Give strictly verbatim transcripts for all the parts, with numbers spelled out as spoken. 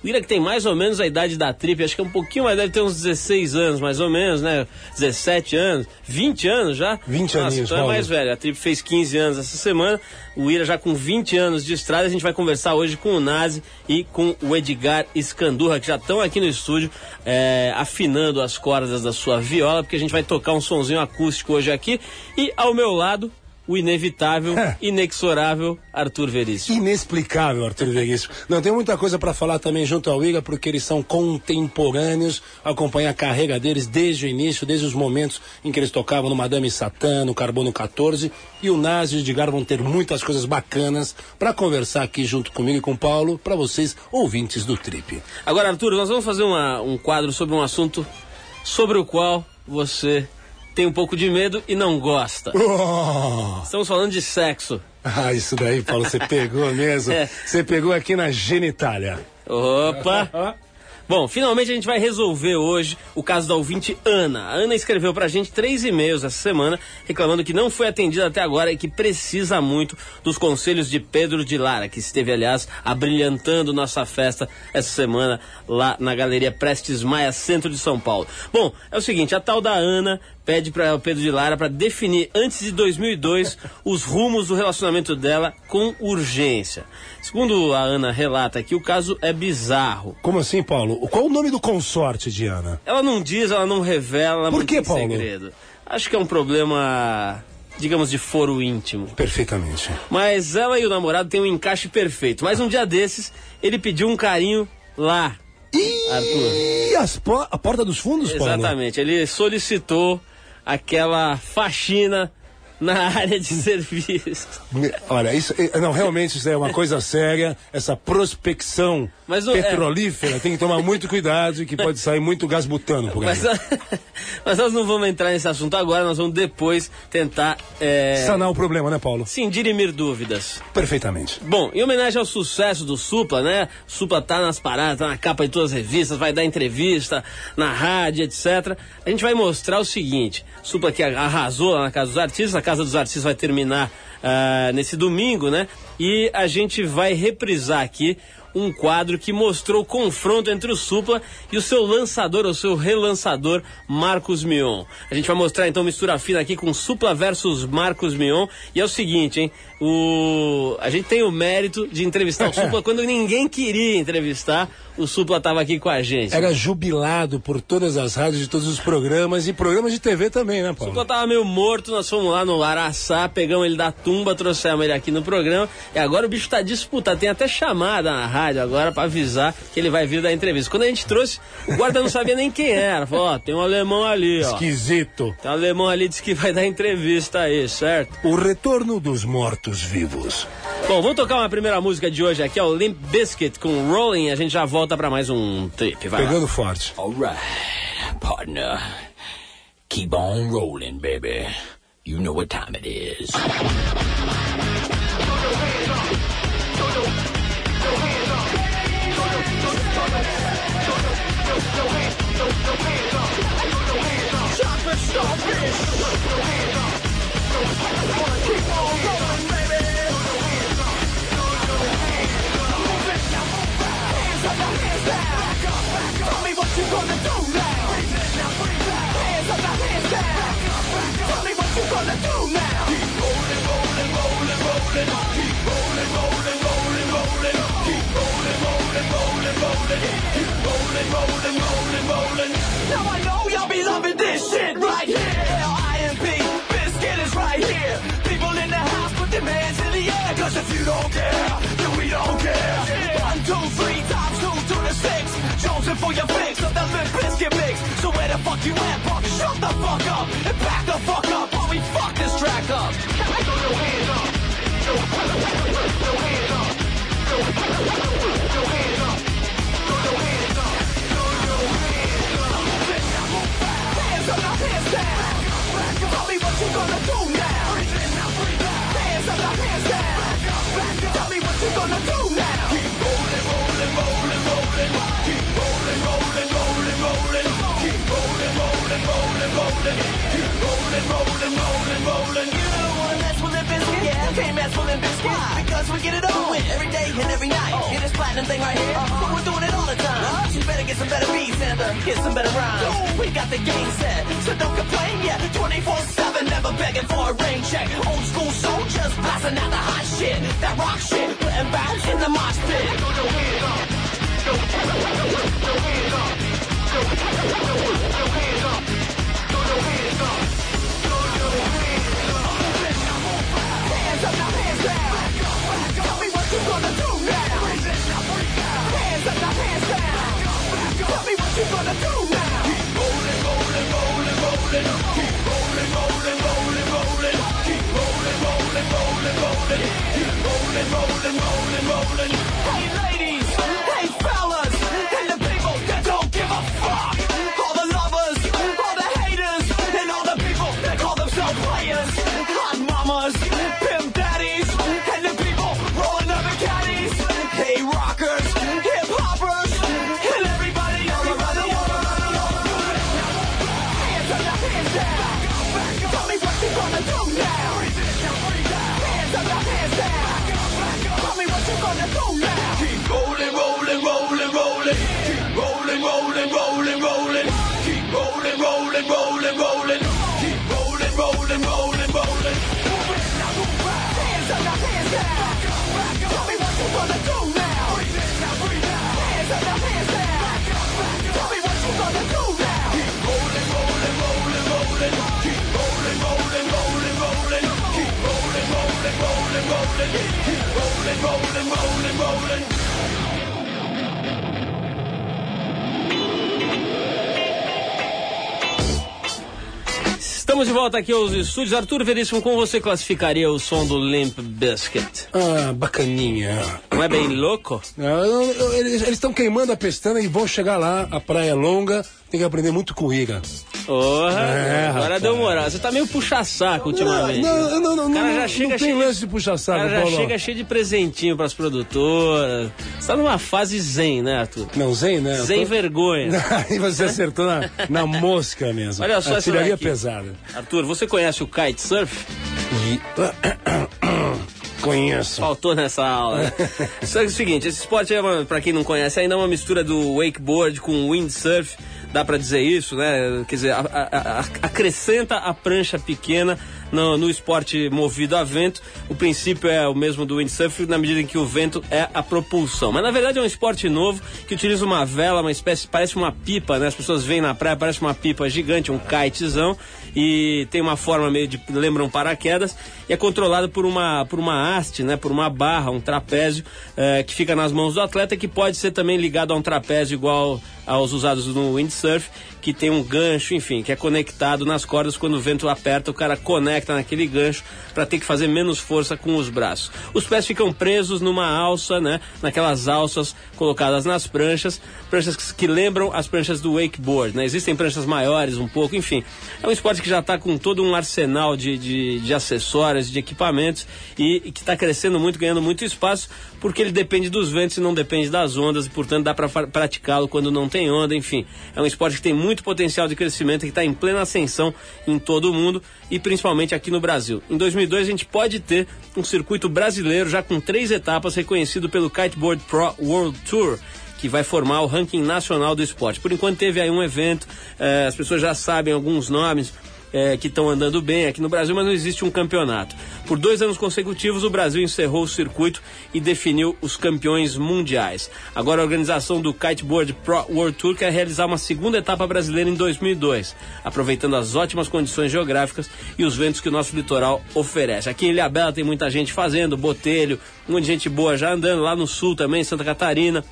O Ira que tem mais ou menos a idade da Trip, acho que é um pouquinho mais, deve ter uns dezesseis anos, mais ou menos, né? dezessete anos, vinte anos já. vinte aninhos, então é mais velho. A Trip fez quinze anos essa semana, o Ira já com vinte anos de estrada. A gente vai conversar hoje com o Nazi e com o Edgar Scandurra, que já estão aqui no estúdio, é, afinando as cordas da sua viola, porque a gente vai tocar um sonzinho acústico hoje aqui. E ao meu lado, o inevitável, inexorável Arthur Veríssimo. Inexplicável, Arthur Veríssimo. Não, tem muita coisa para falar também junto ao Ira, porque eles são contemporâneos, acompanha a carreira deles desde o início, desde os momentos em que eles tocavam no Madame Satã, no Carbono quatorze, e o Nazi e o Edgar vão ter muitas coisas bacanas para conversar aqui junto comigo e com o Paulo, para vocês, ouvintes do Trip. Agora, Arthur, nós vamos fazer uma, um quadro sobre um assunto sobre o qual você tem um pouco de medo e não gosta. Oh! Estamos falando de sexo. Ah, isso daí, Paulo, você pegou mesmo. É. Você pegou aqui na genitália. Opa! Bom, finalmente a gente vai resolver hoje o caso da ouvinte Ana. A Ana escreveu pra gente três e-mails essa semana, reclamando que não foi atendida até agora e que precisa muito dos conselhos de Pedro de Lara, que esteve, aliás, abrilhantando nossa festa essa semana lá na Galeria Prestes Maia, centro de São Paulo. Bom, é o seguinte, a tal da Ana pede para o Pedro de Lara para definir, antes de dois mil e dois, os rumos do relacionamento dela com urgência. Segundo a Ana relata aqui, o caso é bizarro. Como assim, Paulo? Qual o nome do consorte de Ana? Ela não diz, ela não revela, ela Por que, mantém Paulo? segredo. Acho que é um problema, digamos, de foro íntimo. Perfeitamente. Mas ela e o namorado têm um encaixe perfeito. Mas um dia desses, ele pediu um carinho lá. Ih, Arthur. as po- a porta dos fundos, Paulo? Exatamente, ele solicitou aquela faxina na área de serviço. Olha, isso, não, realmente isso é uma coisa séria, essa prospecção Mas não, petrolífera, é... tem que tomar muito cuidado, que pode sair muito gás butano por aí. Mas, mas nós não vamos entrar nesse assunto agora, nós vamos depois tentar... É... sanar o problema, né, Paulo? Sim, dirimir dúvidas. Perfeitamente. Bom, em homenagem ao sucesso do Supla, né? O Supla tá nas paradas, tá na capa de todas as revistas, vai dar entrevista na rádio, etcétera. A gente vai mostrar o seguinte, Supla que arrasou lá na Casa dos Artistas, a Casa dos Artistas vai terminar uh, nesse domingo, né? E a gente vai reprisar aqui um quadro que mostrou o confronto entre o Supla e o seu lançador, ou seu relançador, Marcos Mion. A gente vai mostrar então mistura fina aqui com Supla versus Marcos Mion. E é o seguinte, hein? O... A gente tem o mérito de entrevistar o Supla quando ninguém queria entrevistar. O Supla estava aqui com a gente. Era jubilado por todas as rádios de todos os programas e programas de T V também, né, Paulo? O Supla tava meio morto, nós fomos lá no Araçá, pegamos ele da tumba, trouxemos ele aqui no programa e agora o bicho tá disputado, tem até chamada na rádio agora pra avisar que ele vai vir dar entrevista. Quando a gente trouxe, o guarda não sabia nem quem era, falou, ó, tem um alemão ali, ó. Esquisito. Tem um alemão ali, disse que vai dar entrevista aí, certo? O retorno dos mortos-vivos. Bom, vamos tocar uma primeira música de hoje aqui, ó, o Limp Bizkit com Rolling, a gente já volta pra mais um trip, vai Pegando lá. forte. Alright, partner. Keep on rolling, baby. You know what time it is. Now I know y'all be loving this shit right here. L I M P, Biscuit is right here. People in the house, put their hands in the air. Cause if you don't care, then we don't care. One, two, three, times two to the six. Jonesing for your fix of the Limp Bizkit mix. So where the fuck you at, punk? Shut the fuck up and back the fuck up while we fuck this track up. Throw your hands up. Throw your hands up. Throw your hands up. Throw your hands up. Throw your hands up. Hands up, now hands down. Tell me what you gonna do now. Hands up, now hands down. Tell me what you gonna do now. Keep rolling, rolling, rolling, rolling. Keep rolling, rolling, rolling, rolling. Keep rolling, rolling, rolling, rolling. Keep rolling, rolling, rolling, rolling. You don't wanna mess with Limp Bizkit? Yeah, can't mess with Limp Bizkit. Because we get it on with every day and every night. It is time, get some better rhymes. We got the game set, so don't complain yet. twenty-four seven, never begging for a rain check. Old school soldiers blasting out the hot shit. That rock shit, letting bounce in the mosh pit. Throw your hands up. Throw your hands up. Throw your hands up. Throw your hands up. Throw your hands up. Hands up, now hands down. Tell me what you gonna do now. Hands up, now hands down. Tell me what you gonna do now. Keep rolling, rolling, rolling, rolling. Keep rolling, rolling, rolling, rolling. Keep rolling, rolling, rolling, rolling. Keep rolling, rolling, rolling, rolling. Hey ladies, hey fellas, and the people that don't give a fuck. All the lovers, all the haters, and all the people that call themselves players. Hot mamas, pimp daddies, and the people rolling up in caddies. Hey rockers, hip hoppers, and everybody all around the world. Hands up, now hands down. Tell me what you gonna do now. Hands up, now hands down. Tell me what you gonna do now. Keep rolling, rolling, rolling, rolling. Keep rolling, rolling, rolling, rolling. Keep rolling, rolling, rolling, rolling. Keep rolling, rolling, rolling, rolling. Hands up, now hands down. Tell me what you gonna do now. Hands up, now hands down. Tell me what you gonna do now. Keep rolling, rolling, rolling, rolling. Keep rolling, rolling, rolling, rolling. Keep rolling, rolling, rolling, rolling. Keep rolling, rolling, rolling, rolling. Estamos de volta aqui aos estúdios. Arthur Veríssimo, como você classificaria o som do Limp Bizkit? Ah, bacaninha. Não é bem louco? Não, eles estão queimando a pestana e vão chegar lá. A praia é longa, tem que aprender muito com o Iga. Porra, É, agora rapaz. deu moral. Você tá meio puxa-saco ultimamente. Não, não, não, O cara não, já não, chega não tem cheio lance de puxa-saco, O cara já Paulo. chega cheio de presentinho pras produtoras. Você tá numa fase zen, né, Arthur? Não, zen, né? Eu Zen tô- vergonha. Aí você acertou na, na mosca mesmo. Olha só essa Artilharia daqui. pesada. Arthur, você conhece o kitesurf? E... Conheço. Faltou nessa aula, né? Só que é o seguinte, esse esporte, é uma, pra quem não conhece, ainda é uma mistura do wakeboard com windsurf. Dá pra dizer isso, né? Quer dizer, a, a, a, acrescenta a prancha pequena no, no esporte movido a vento. O princípio é o mesmo do windsurf, na medida em que o vento é a propulsão. Mas na verdade é um esporte novo que utiliza uma vela, uma espécie, parece uma pipa, né? As pessoas veem na praia, parece uma pipa gigante, um kitezão, e tem uma forma meio de, lembra um paraquedas, e é controlado por uma, por uma haste, né? Por uma barra, um trapézio, eh, que fica nas mãos do atleta, que pode ser também ligado a um trapézio igual aos usados no windsurf, que tem um gancho, enfim, que é conectado nas cordas. Quando o vento aperta, o cara conecta naquele gancho para ter que fazer menos força com os braços. Os pés ficam presos numa alça, né? Naquelas alças colocadas nas pranchas, pranchas que, que lembram as pranchas do wakeboard, né? Existem pranchas maiores um pouco, enfim. É um esporte que já está com todo um arsenal de, de, de acessórios, de equipamentos, e, e que está crescendo muito, ganhando muito espaço, porque ele depende dos ventos e não depende das ondas, e portanto dá para praticá-lo quando não tem onda, enfim. É um esporte que tem muito potencial de crescimento, que está em plena ascensão em todo o mundo e principalmente aqui no Brasil. Em dois mil e dois a gente pode ter um circuito brasileiro já com três etapas, reconhecido pelo Kiteboard Pro World Tour, que vai formar o ranking nacional do esporte. Por enquanto teve aí um evento, eh, as pessoas já sabem alguns nomes É, que estão andando bem aqui no Brasil, mas não existe um campeonato. Por dois anos consecutivos, o Brasil encerrou o circuito e definiu os campeões mundiais. Agora a organização do Kiteboard Pro World Tour quer realizar uma segunda etapa brasileira em dois mil e dois, aproveitando as ótimas condições geográficas e os ventos que o nosso litoral oferece. Aqui em Ilhabela tem muita gente fazendo, Botelho, um monte de gente boa já andando, lá no sul também, Santa Catarina.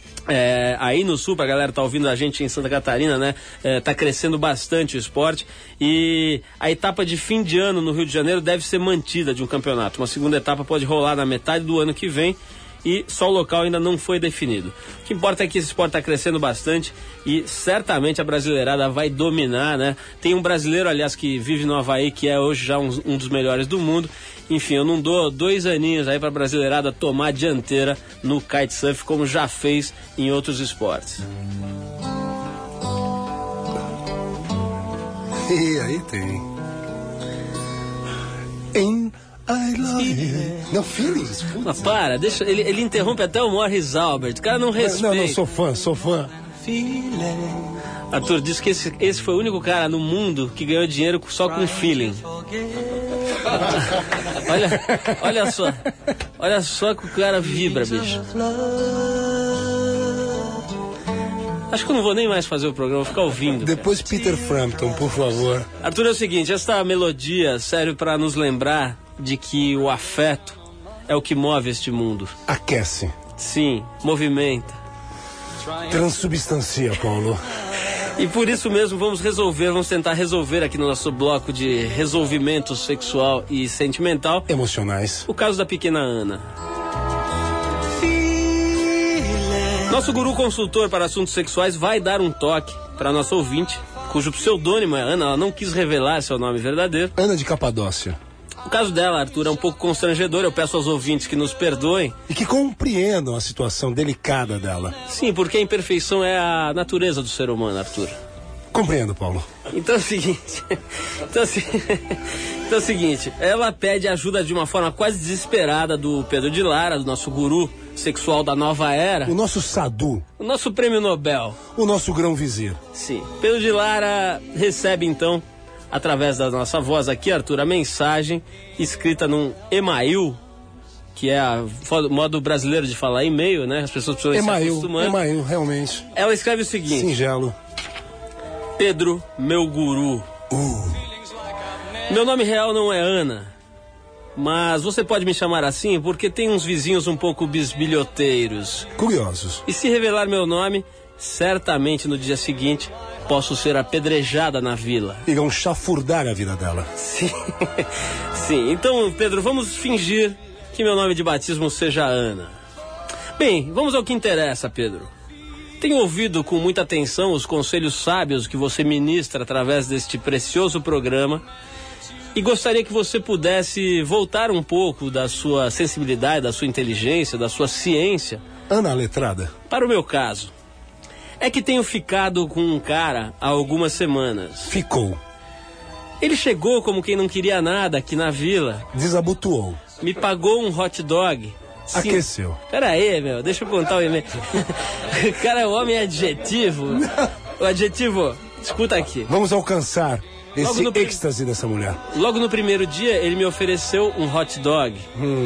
É, aí no sul, pra galera tá ouvindo a gente em Santa Catarina, né? É, tá crescendo bastante o esporte, e a etapa de fim de ano no Rio de Janeiro deve ser mantida de um campeonato. Uma segunda etapa pode rolar na metade do ano que vem, e só o local ainda não foi definido. O que importa é que esse esporte está crescendo bastante e certamente a brasileirada vai dominar, né? Tem um brasileiro, aliás, que vive no Havaí, que é hoje já um, um dos melhores do mundo. Enfim, eu não dou dois aninhos aí para a brasileirada tomar a dianteira no kitesurf, como já fez em outros esportes. E aí tem. In I love you. Não, feelings. Mas para, deixa, ele, ele interrompe até o Morris Albert. O cara não respeita. Não, não, sou fã, sou fã. Arthur disse que esse, esse foi o único cara no mundo que ganhou dinheiro só com feeling. olha, olha só. Olha só que o cara vibra, bicho. Acho que eu não vou nem mais fazer o programa, vou ficar ouvindo. Depois cara. Peter Frampton, por favor. Arthur, é o seguinte, essa melodia serve para nos lembrar de que o afeto é o que move este mundo. Aquece. Sim, movimenta. Transubstancia, Paulo. E por isso mesmo vamos resolver, vamos tentar resolver aqui no nosso bloco de resolvimento sexual e sentimental. Emocionais. O caso da pequena Ana. Nosso guru consultor para assuntos sexuais vai dar um toque para nossa ouvinte, cujo pseudônimo é Ana, ela não quis revelar seu nome verdadeiro. Ana de Capadócia. O caso dela, Arthur, é um pouco constrangedor, eu peço aos ouvintes que nos perdoem. E que compreendam a situação delicada dela. Sim, porque a imperfeição é a natureza do ser humano, Arthur. Compreendo, Paulo. Então é o seguinte, então, então é o seguinte, ela pede ajuda de uma forma quase desesperada do Pedro de Lara, do nosso guru sexual da nova era. O nosso Sadu. O nosso prêmio Nobel. O nosso grão-vizir. Sim. Pedro de Lara recebe então, através da nossa voz aqui, Arthur, a mensagem escrita num e-mail, que é o modo brasileiro de falar e-mail, né? As pessoas precisam se acostumando. E-mail, realmente. Ela escreve o seguinte. Singelo. Pedro, meu guru. Uh. Meu nome real não é Ana, mas você pode me chamar assim porque tem uns vizinhos um pouco bisbilhoteiros. Curiosos. E se revelar meu nome, certamente no dia seguinte posso ser apedrejada na vila. Irão chafurdar a vida dela. Sim. Sim. Então, Pedro, vamos fingir que meu nome de batismo seja Ana. Bem, vamos ao que interessa, Pedro. Tenho ouvido com muita atenção os conselhos sábios que você ministra através deste precioso programa e gostaria que você pudesse voltar um pouco da sua sensibilidade, da sua inteligência, da sua ciência. Ana, a letrada. Para o meu caso. É que tenho ficado com um cara há algumas semanas. Ficou. Ele chegou como quem não queria nada aqui na vila. Desabotoou. Me pagou um hot dog. Sim. Aqueceu. Pera aí, meu, deixa eu contar o e-mail. O cara é o homem adjetivo. O adjetivo, escuta aqui. Vamos alcançar esse no êxtase dessa mulher. Logo no primeiro dia, ele me ofereceu um hot dog.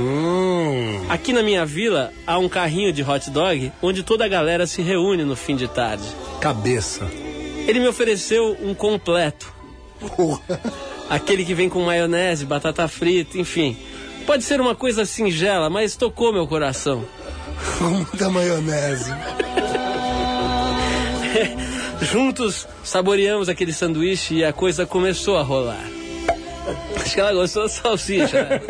Hum. Aqui na minha vila, há um carrinho de hot dog, onde toda a galera se reúne no fim de tarde. Cabeça. Ele me ofereceu um completo. Porra. Aquele que vem com maionese, batata frita, enfim. Pode ser uma coisa singela, mas tocou meu coração. Com muita maionese. Juntos saboreamos aquele sanduíche e a coisa começou a rolar. Acho que ela gostou da salsicha, né?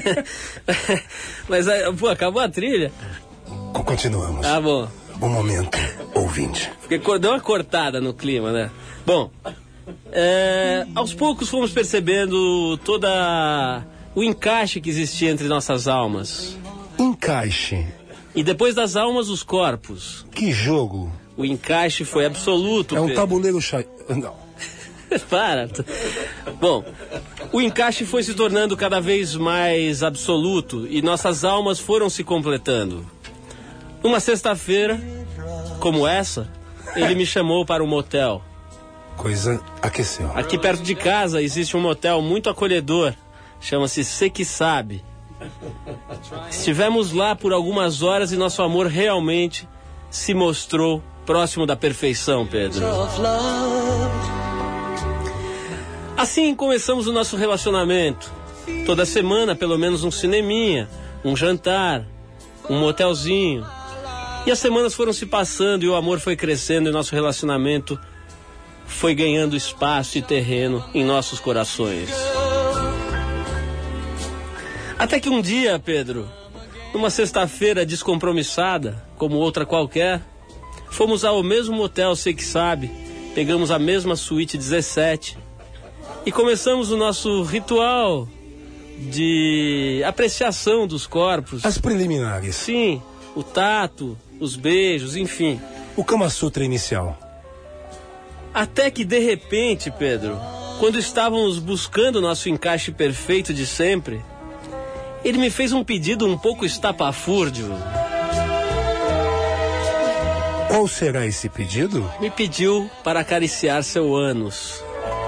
Mas, pô, acabou a trilha. Continuamos. Tá bom. Um momento, ouvinte. Porque deu uma cortada no clima, né? Bom, é, aos poucos fomos percebendo toda o encaixe que existia entre nossas almas. Encaixe. E depois das almas, os corpos. Que jogo. O encaixe foi absoluto. É um Pedro. tabuleiro chai... Não. Para. Bom, o encaixe foi se tornando cada vez mais absoluto e nossas almas foram se completando. Numa sexta-feira, como essa, ele me chamou para um motel. Coisa aqueceu. Aqui perto de casa existe um motel muito acolhedor. Chama-se Cê Que Sabe. Estivemos lá por algumas horas e nosso amor realmente se mostrou próximo da perfeição, Pedro. Assim começamos o nosso relacionamento. Toda semana, pelo menos um cineminha, um jantar, um motelzinho. E as semanas foram se passando e o amor foi crescendo e nosso relacionamento foi ganhando espaço e terreno em nossos corações. Até que um dia, Pedro, numa sexta-feira descompromissada, como outra qualquer, fomos ao mesmo motel, Cê Que Sabe, pegamos a mesma suíte dezessete e começamos o nosso ritual de apreciação dos corpos. As preliminares. Sim, o tato, os beijos, enfim. O Kama Sutra inicial. Até que de repente, Pedro, quando estávamos buscando o nosso encaixe perfeito de sempre, ele me fez um pedido um pouco estapafúrdio. Qual será esse pedido? Me pediu para acariciar seu ânus.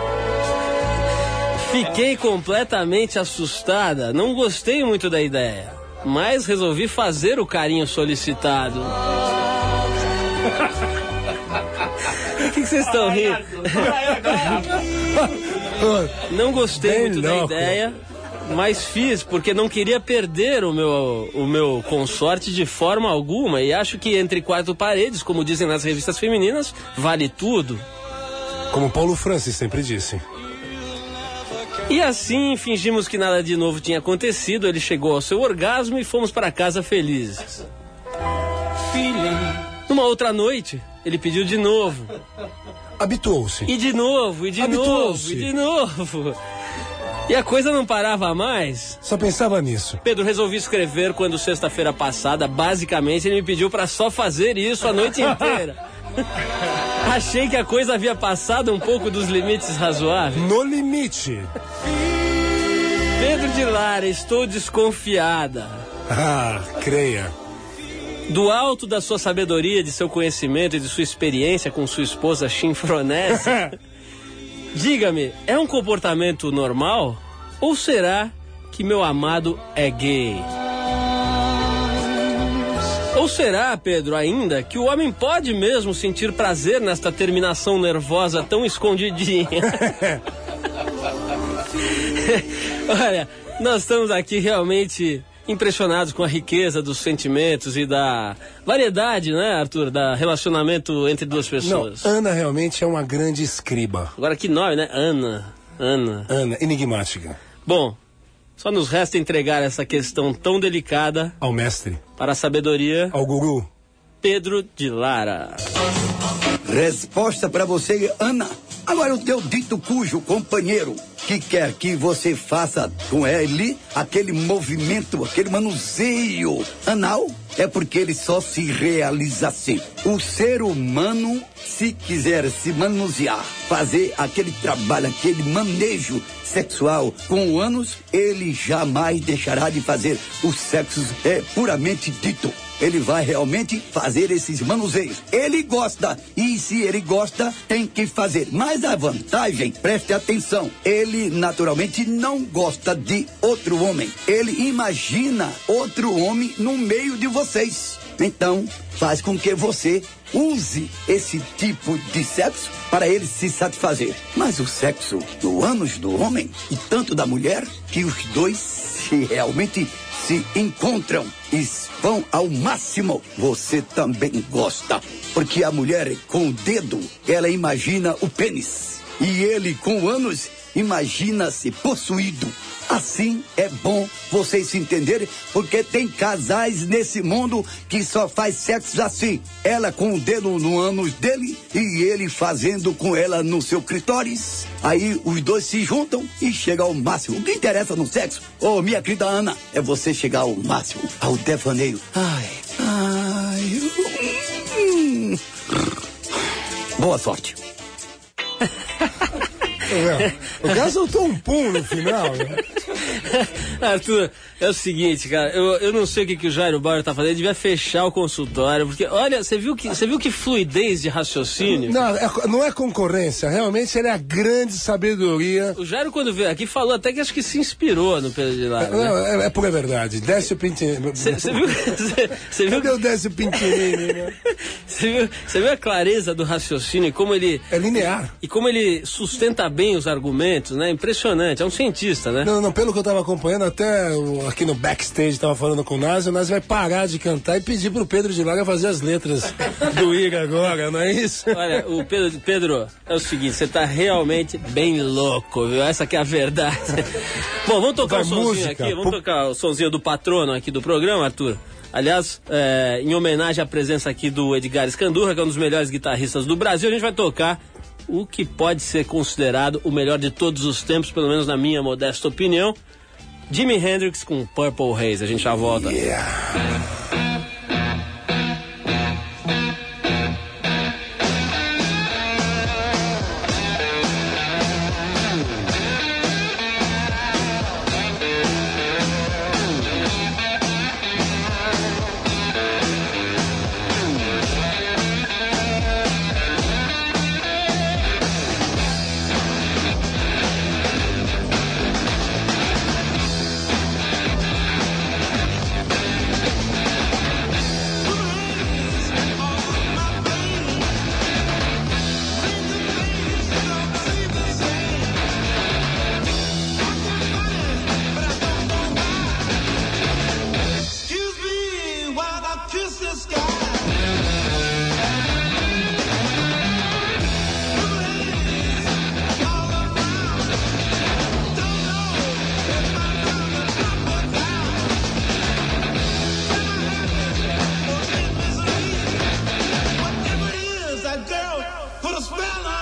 Fiquei completamente assustada, não gostei muito da ideia, mas resolvi fazer o carinho solicitado. O que vocês estão rindo? Não gostei Bem muito louco. da ideia, mas fiz porque não queria perder o meu, o meu consorte de forma alguma, e acho que entre quatro paredes, como dizem nas revistas femininas, vale tudo. Como Paulo Francis sempre disse. E assim, fingimos que nada de novo tinha acontecido, ele chegou ao seu orgasmo e fomos para casa felizes. Numa outra noite, ele pediu de novo. Habituou-se. E de novo, e de novo, Habituou-se. e de novo. E a coisa não parava mais. Só pensava nisso. Pedro, resolvi escrever quando sexta-feira passada, basicamente, ele me pediu para só fazer isso a noite inteira. Achei que a coisa havia passado um pouco dos limites razoáveis. No limite. Pedro de Lara, estou desconfiada. Ah, creia. Do alto da sua sabedoria, de seu conhecimento e de sua experiência com sua esposa chinfronese, diga-me, é um comportamento normal? Ou será que meu amado é gay? Ou será, Pedro, ainda, que o homem pode mesmo sentir prazer nesta terminação nervosa tão escondidinha? Olha, nós estamos aqui realmente impressionados com a riqueza dos sentimentos e da variedade, né, Arthur, da relacionamento entre duas pessoas. Não, Ana realmente é uma grande escriba. Agora que nome, né? Ana. Ana. Ana, enigmática. Bom, só nos resta entregar essa questão tão delicada Ao mestre, para a sabedoria ao guru. Pedro de Lara. Resposta para você, Ana. Agora o teu dito cujo companheiro que quer que você faça com ele aquele movimento, aquele manuseio anal, é porque ele só se realiza assim. O ser humano, se quiser se manusear, fazer aquele trabalho, aquele manejo sexual com o ânus, ele jamais deixará de fazer o sexo é, puramente dito. Ele vai realmente fazer esses manuseios. Ele gosta, e se ele gosta, tem que fazer. Mas a vantagem, preste atenção, ele naturalmente não gosta de outro homem. Ele imagina outro homem no meio de vocês. Então, faz com que você use esse tipo de sexo para ele se satisfazer. Mas o sexo do ânus do homem e tanto da mulher, que os dois se realmente se encontram e vão ao máximo, você também gosta. Porque a mulher com o dedo, ela imagina o pênis. E ele com o ânus, imagina-se possuído. Assim é bom vocês se entenderem, porque tem casais nesse mundo que só faz sexo assim. Ela com o dedo no ânus dele e ele fazendo com ela no seu clitóris. Aí os dois se juntam e chegam ao máximo. O que interessa no sexo, ô minha querida Ana, é você chegar ao máximo, ao devaneio. Ai, ai. Hum. Boa sorte. O cara soltou um pum no final, né? Arthur, é o seguinte, cara, eu, eu não sei o que, que o Jairo Bauer tá fazendo, ele devia fechar o consultório, porque, olha, você viu que, você viu que fluidez de raciocínio? Não, é, não é concorrência, realmente ele é a grande sabedoria. O Jairo, quando veio aqui, falou até que acho que se inspirou no Pedro de Lara. Não, Né? é, é pura verdade. Desce o pintinho. Você viu? Você viu? Cadê o desce o pintinho, né? Você viu, você viu a clareza do raciocínio e como ele. É linear. E como ele sustenta bem os argumentos, né? Impressionante. É um cientista, né? Não, não, pelo que eu tava acompanhando, até o, aqui no backstage tava falando com o Nazi, o Nazi vai parar de cantar e pedir pro Pedro de Lara fazer as letras do Ira agora, não é isso? Olha, o Pedro, Pedro, é o seguinte, você tá realmente bem louco, viu? Essa que é a verdade. Bom, vamos tocar Vai o sonzinho música. aqui, vamos Pô- tocar o sonzinho do patrono aqui do programa, Arthur. Aliás, é, em homenagem à presença aqui do Edgar Escandurra, que é um dos melhores guitarristas do Brasil, a gente vai tocar o que pode ser considerado o melhor de todos os tempos, pelo menos na minha modesta opinião, Jimi Hendrix com Purple Haze. A gente já volta.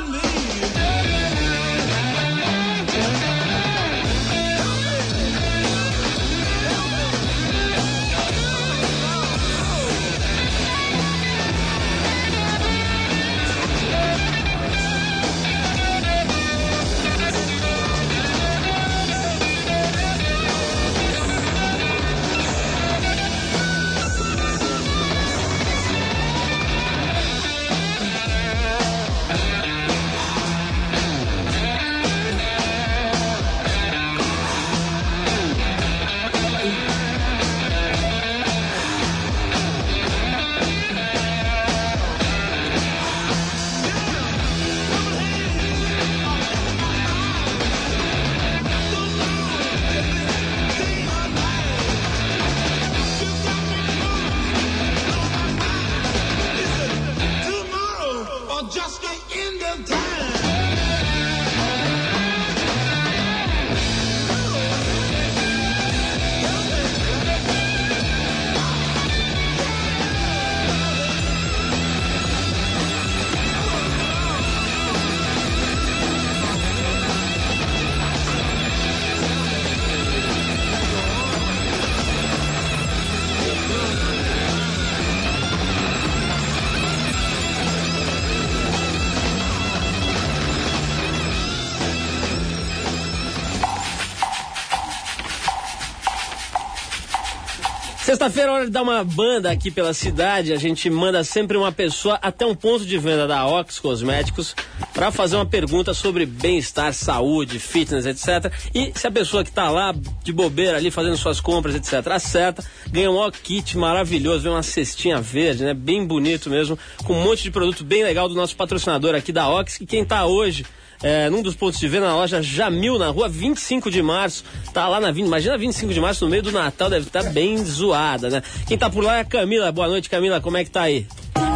Sexta-feira, hora de dar uma banda aqui pela cidade. A gente manda sempre uma pessoa até um ponto de venda da Ox Cosméticos para fazer uma pergunta sobre bem-estar, saúde, fitness, etcétera. E se a pessoa que tá lá de bobeira ali fazendo suas compras, etcétera, acerta, ganha um ó kit maravilhoso, vem uma cestinha verde, né? Bem bonito mesmo, com um monte de produto bem legal do nosso patrocinador aqui da Ox, que quem tá hoje É, num dos pontos de venda, na loja Jamil, na rua vinte e cinco de março, tá lá na vinte, imagina vinte e cinco de março no meio do Natal, deve estar tá bem zoada, né? Quem tá por lá é a Camila. Boa noite, Camila, como é que tá aí?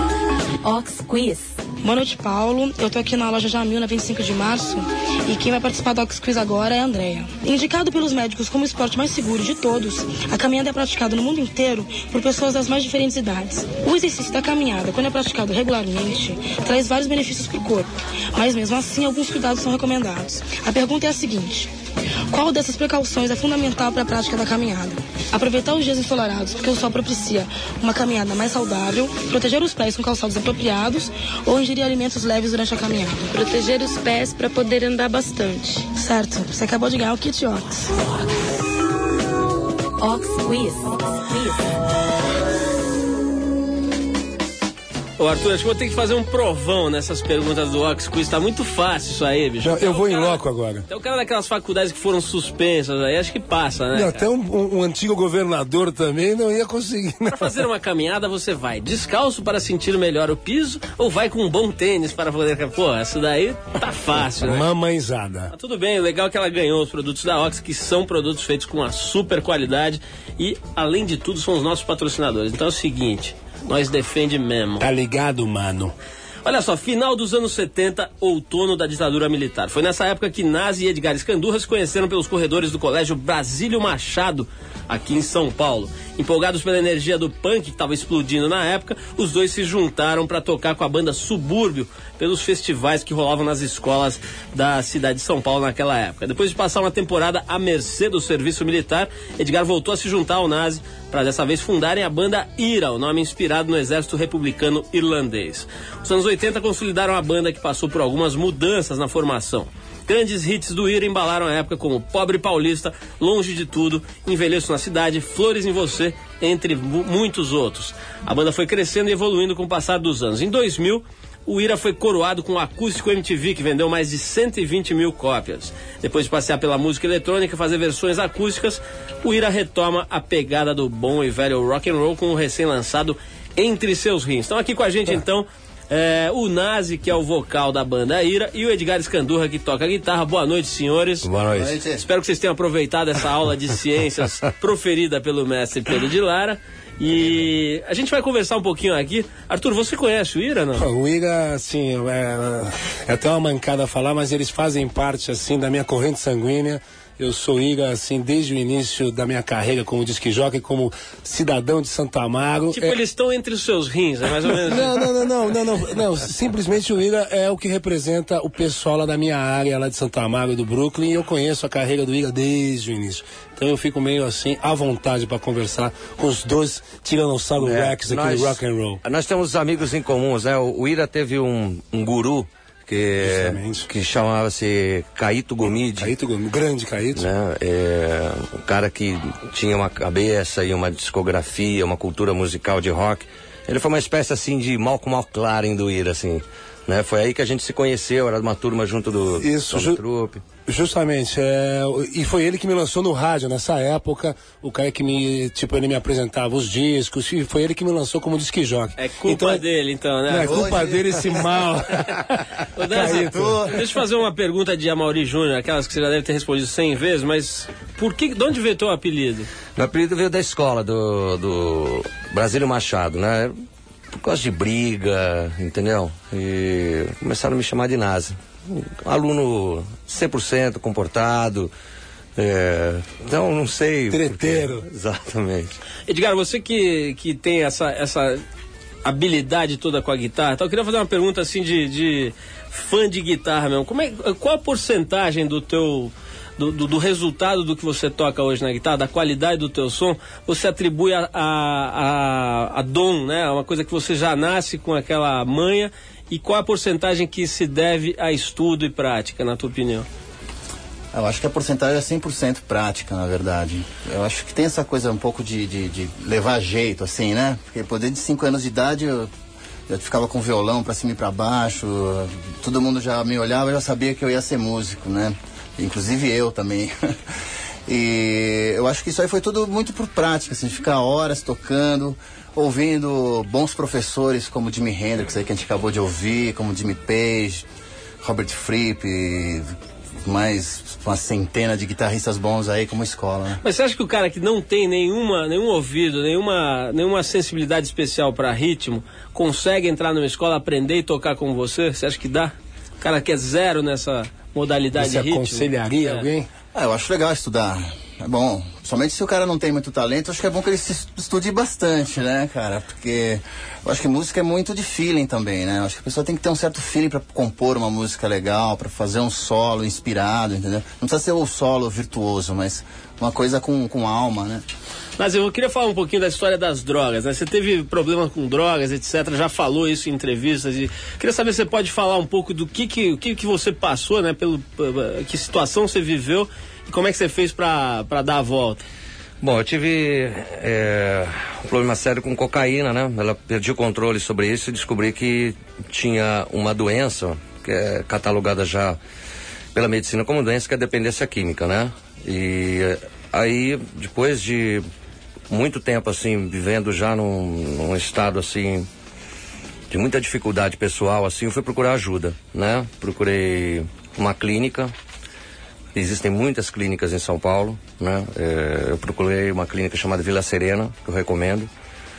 Ox Quiz. Boa noite, Paulo. Eu tô aqui na loja Jamil, na vinte e cinco de março, e quem vai participar do Ox Quiz agora é a Andrea. Indicado pelos médicos como o esporte mais seguro de todos, a caminhada é praticada no mundo inteiro por pessoas das mais diferentes idades. O exercício da caminhada, quando é praticado regularmente, traz vários benefícios para o corpo, mas mesmo assim alguns cuidados são recomendados. A pergunta é a seguinte: qual dessas precauções é fundamental para a prática da caminhada? Aproveitar os dias ensolarados, porque o sol propicia uma caminhada mais saudável, proteger os pés com calçados apropriados ou ingerir alimentos leves durante a caminhada. Proteger os pés para poder andar bastante. Certo, você acabou de ganhar o kit Ox. Ox Quiz. Quiz. Ô Arthur, acho que vou ter que fazer um provão nessas perguntas do Ox Quiz. Tá muito fácil isso aí, bicho. Não, eu vou cara, em loco agora. Até o cara daquelas faculdades que foram suspensas aí, acho que passa, né? Não, até um, um, um antigo governador também não ia conseguir. Né? Para fazer uma caminhada, você vai descalço para sentir melhor o piso ou vai com um bom tênis para poder... Pô, essa daí tá fácil, né? Mamãezada. Mas tudo bem, o legal é que ela ganhou os produtos da Ox, que são produtos feitos com uma super qualidade e, além de tudo, são os nossos patrocinadores. Então é o seguinte... Nós defende mesmo. Tá ligado, mano? Olha só, final dos anos setenta, outono da ditadura militar. Foi nessa época que Nazi e Edgar Escandurra se conheceram pelos corredores do colégio Brasílio Machado, aqui em São Paulo. Empolgados pela energia do punk que estava explodindo na época, os dois se juntaram para tocar com a banda Subúrbio pelos festivais que rolavam nas escolas da cidade de São Paulo naquela época. Depois de passar uma temporada à mercê do serviço militar, Edgar voltou a se juntar ao Nazi para dessa vez fundarem a banda Ira, o nome inspirado no exército republicano irlandês. Os anos oitenta consolidaram a banda, que passou por algumas mudanças na formação. Grandes hits do Ira embalaram a época, como Pobre Paulista, Longe de Tudo, Envelheço na Cidade, Flores em Você, entre muitos outros. A banda foi crescendo e evoluindo com o passar dos anos. Em dois mil, o Ira foi coroado com o Acústico M T V, que vendeu mais de cento e vinte mil cópias. Depois de passear pela música eletrônica e fazer versões acústicas, o Ira retoma a pegada do bom e velho rock and roll com o recém-lançado Entre Seus Rins. Estão aqui com a gente, então... É, o Nazi, que é o vocal da banda Ira, e o Edgar Escandurra, que toca a guitarra. Boa noite, senhores. Boa noite. Espero que vocês tenham aproveitado essa aula de ciências proferida pelo mestre Pedro de Lara. E a gente vai conversar um pouquinho aqui. Arthur, você conhece o Ira, não? O Ira, assim, é, é até uma mancada falar, mas eles fazem parte, assim, da minha corrente sanguínea. Eu sou Ira, assim, desde o início da minha carreira como disc jockey, como cidadão de Santo Amaro. Tipo, é... eles estão entre os seus rins, é mais ou menos. Não, não, não, não, não, não, não. Simplesmente o Ira é o que representa o pessoal lá da minha área, lá de Santo Amaro, do Brooklyn, e eu conheço a carreira do Ira desde o início. Então eu fico meio assim, à vontade para conversar com os dois Tiranossauro é, Rex aqui do rock and roll. Nós temos amigos em comuns, né? O, o Ira teve um, um guru que, que chamava-se Caíto Gomide. Caíto Gomide, grande Caíto. Né? É, um cara que tinha uma cabeça e uma discografia, uma cultura musical de rock. Ele foi uma espécie assim de Malcolm McLaren do Ira, assim. Né? Foi aí que a gente se conheceu, era uma turma junto do Isso, ju Trupe. Justamente, é, e foi ele que me lançou no rádio nessa época, o cara que me, tipo, ele me apresentava os discos, e foi ele que me lançou como disc jockey. É culpa então, dele, então, né? Não, é culpa Hoje... dele esse mal. Ô, Danzi, deixa eu fazer uma pergunta de Amaury Júnior, aquelas que você já deve ter respondido cem vezes, mas por que, de onde veio teu apelido? Meu apelido veio da escola, do, do Brasílio Machado, né? Por causa de briga, entendeu? E começaram a me chamar de Nazi. Um aluno cem por cento comportado, é, então não sei... Treteiro. Porque, exatamente. Edgar, você que, que tem essa, essa habilidade toda com a guitarra, então eu queria fazer uma pergunta assim de, de fã de guitarra mesmo. Como é, qual a porcentagem do teu... Do, do, do resultado do que você toca hoje na guitarra, da qualidade do teu som, você atribui a, a, a, a dom, né? Uma coisa que você já nasce com aquela manha, e qual a porcentagem que se deve a estudo e prática, na tua opinião? Eu acho que a porcentagem é cem por cento prática, na verdade. Eu acho que tem essa coisa um pouco de, de, de levar jeito, assim, né? Porque poder de cinco anos de idade eu, eu ficava com violão pra cima e pra baixo, todo mundo já me olhava e já sabia que eu ia ser músico, né? Inclusive eu também. E eu acho que isso aí foi tudo muito por prática, assim, de ficar horas tocando, ouvindo bons professores como Jimi Hendrix, aí que a gente acabou de ouvir, como Jimmy Page, Robert Fripp, mais uma centena de guitarristas bons aí como escola, né? Mas você acha que o cara que não tem nenhuma, nenhum ouvido, nenhuma, nenhuma sensibilidade especial para ritmo, consegue entrar numa escola, aprender e tocar como você? Você acha que dá? O cara que é zero nessa modalidade Você de ritmo? aconselharia é. alguém? Ah, eu acho legal estudar. É bom. Somente se o cara não tem muito talento, acho que é bom que ele se estude bastante, né, cara? Porque eu acho que música é muito de feeling também, né? Eu acho que a pessoa tem que ter um certo feeling pra compor uma música legal, pra fazer um solo inspirado, entendeu? Não precisa ser o solo virtuoso, mas uma coisa com, com alma, né? Mas eu queria falar um pouquinho da história das drogas, né? Você teve problema com drogas, etcétera. Já falou isso em entrevistas. E queria saber se você pode falar um pouco do que que, que, que você passou, né? Pelo, que situação você viveu e como é que você fez pra, pra dar a volta. Bom, eu tive é, um problema sério com cocaína, né? Ela perdi o controle sobre isso e descobri que tinha uma doença que é catalogada já pela medicina como doença, que é a dependência química, né? E aí, depois de muito tempo, assim, vivendo já num, num estado, assim, de muita dificuldade pessoal, assim, eu fui procurar ajuda, né? Procurei uma clínica. Existem muitas clínicas em São Paulo, né? É, eu procurei uma clínica chamada Vila Serena, que eu recomendo.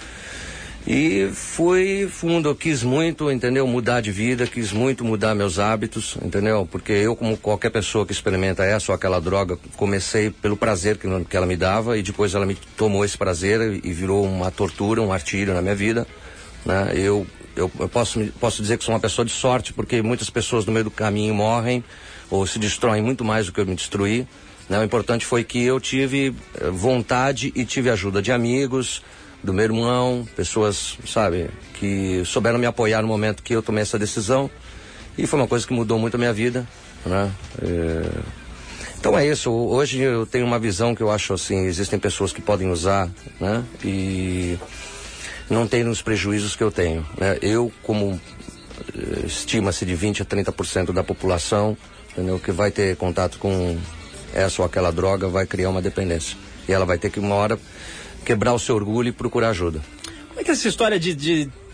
E fui fundo, eu quis muito, entendeu? Mudar de vida, quis muito mudar meus hábitos, entendeu? Porque eu, como qualquer pessoa que experimenta essa ou aquela droga, comecei pelo prazer que, que ela me dava, e depois ela me tomou esse prazer e virou uma tortura, um martírio na minha vida, né? Eu, eu, eu posso, posso dizer que sou uma pessoa de sorte, porque muitas pessoas no meio do caminho morrem ou se destroem muito mais do que eu me destruí, né? O importante foi que eu tive vontade e tive ajuda de amigos, do meu irmão, pessoas, sabe, que souberam me apoiar no momento que eu tomei essa decisão, e foi uma coisa que mudou muito a minha vida, né? É... Então é isso, hoje eu tenho uma visão que eu acho assim, existem pessoas que podem usar, né? E não tem os prejuízos que eu tenho, né? Eu, como estima-se de vinte a trinta por cento da população, entendeu? Que vai ter contato com essa ou aquela droga, vai criar uma dependência, e ela vai ter que uma hora quebrar o seu orgulho e procurar ajuda. Como é que é essa história de, de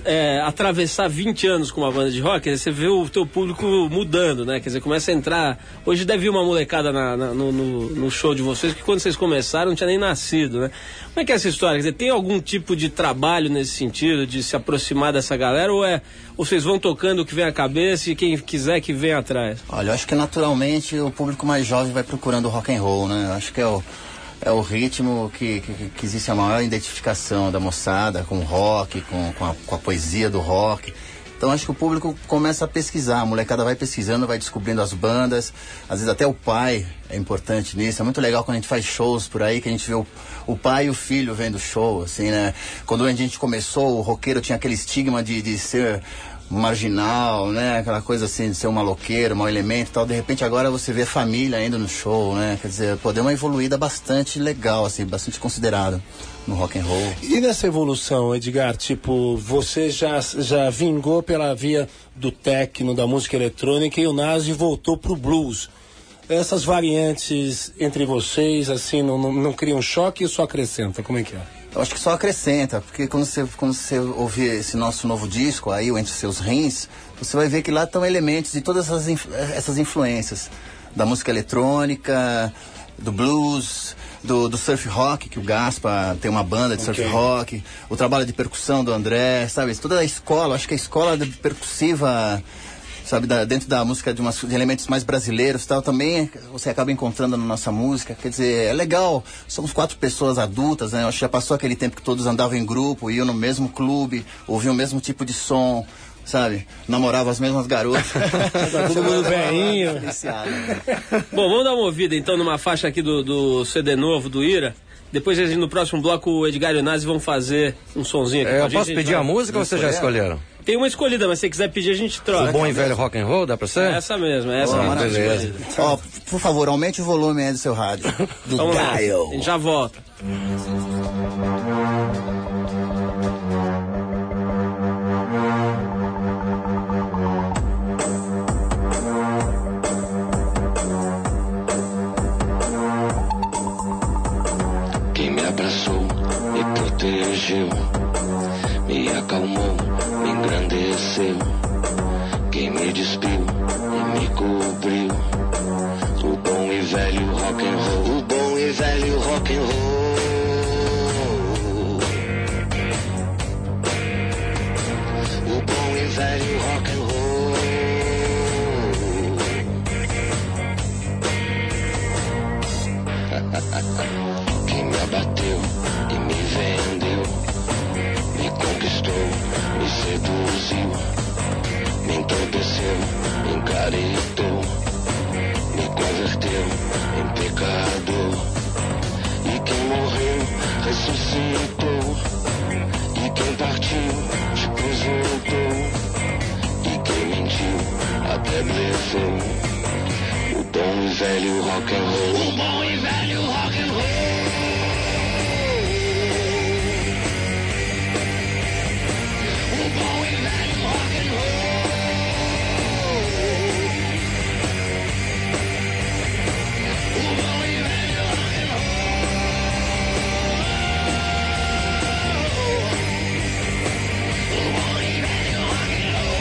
é, atravessar vinte anos com uma banda de rock, você vê o teu público mudando, né? Quer dizer, começa a entrar... Hoje deve ir uma molecada na, na, no, no, no show de vocês, que quando vocês começaram não tinha nem nascido, né? Como é que é essa história? Quer dizer, tem algum tipo de trabalho nesse sentido, de se aproximar dessa galera, ou é... Ou vocês vão tocando o que vem à cabeça e quem quiser que venha atrás? Olha, eu acho que naturalmente o público mais jovem vai procurando o rock and roll, né? Eu acho que é o... É o ritmo que, que, que existe a maior identificação da moçada com o rock, com, com, a, com a poesia do rock. Então acho que o público começa a pesquisar, a molecada vai pesquisando, vai descobrindo as bandas, às vezes até o pai é importante nisso. É muito legal quando a gente faz shows por aí, que a gente vê o, o pai e o filho vendo show, assim, né? Quando a gente começou, o roqueiro tinha aquele estigma de, de ser... marginal, né? Aquela coisa assim de ser um maloqueiro, um mau elemento e tal. De repente agora você vê família ainda no show, né? Quer dizer, pô, deu uma evoluída bastante legal, assim, bastante considerada no rock and roll. E nessa evolução, Edgar, tipo, você já, já vingou pela via do techno, da música eletrônica, e o Nazi voltou pro blues. Essas variantes entre vocês, assim, não, não, não criam choque ou só acrescenta? Como é que é? Eu acho que só acrescenta, porque quando você, quando você ouvir esse nosso novo disco, aí, o Entre Seus Rins, você vai ver que lá estão elementos de todas essas, influ- essas influências. Da música eletrônica, do blues, do, do surf rock, que o Gaspa tem uma banda de okay. surf rock, o trabalho de percussão do André, sabe? Toda a escola, acho que a escola de percussiva... sabe, da, dentro da música de, umas, de elementos mais brasileiros e tal, também você acaba encontrando na nossa música. Quer dizer, é legal, somos quatro pessoas adultas, né? Acho que já passou aquele tempo que todos andavam em grupo, iam no mesmo clube, ouviam o mesmo tipo de som, sabe? Namoravam as mesmas garotas. Todo mundo velhinho. Bom, vamos dar uma ouvida então numa faixa aqui do, do C D novo do Ira. Depois, no próximo bloco, o Edgar e o Nazi vão fazer um sonzinho aqui. É, eu gente, posso a pedir vai... a música ou vocês já escolheram? Tem uma escolhida, mas se você quiser pedir, a gente troca. O bom e velho rock and roll, dá pra ser? É essa mesmo, é essa oh, mesmo. Beleza. Ó, por favor, aumente o volume aí do seu rádio. Do Vamos lá, dial. a gente já volta. Quem me abraçou, me protegeu, me acalmou, me engrandeceu. Quem me despiu e me cobriu, o bom e velho rock and roll, o bom e velho rock and roll. O bom e velho rock and roll. Quem me abateu e me vendeu, me conquistou, me seduziu, me entorpeceu, me encaretou, me converteu em pecador. E quem morreu ressuscitou, e quem partiu depois voltou, e quem mentiu até blefou. O bom e velho rock and roll, o bom e velho rock and roll. O bom e velho rock and roll. O bom e velho rock and roll. O bom e velho rock and roll.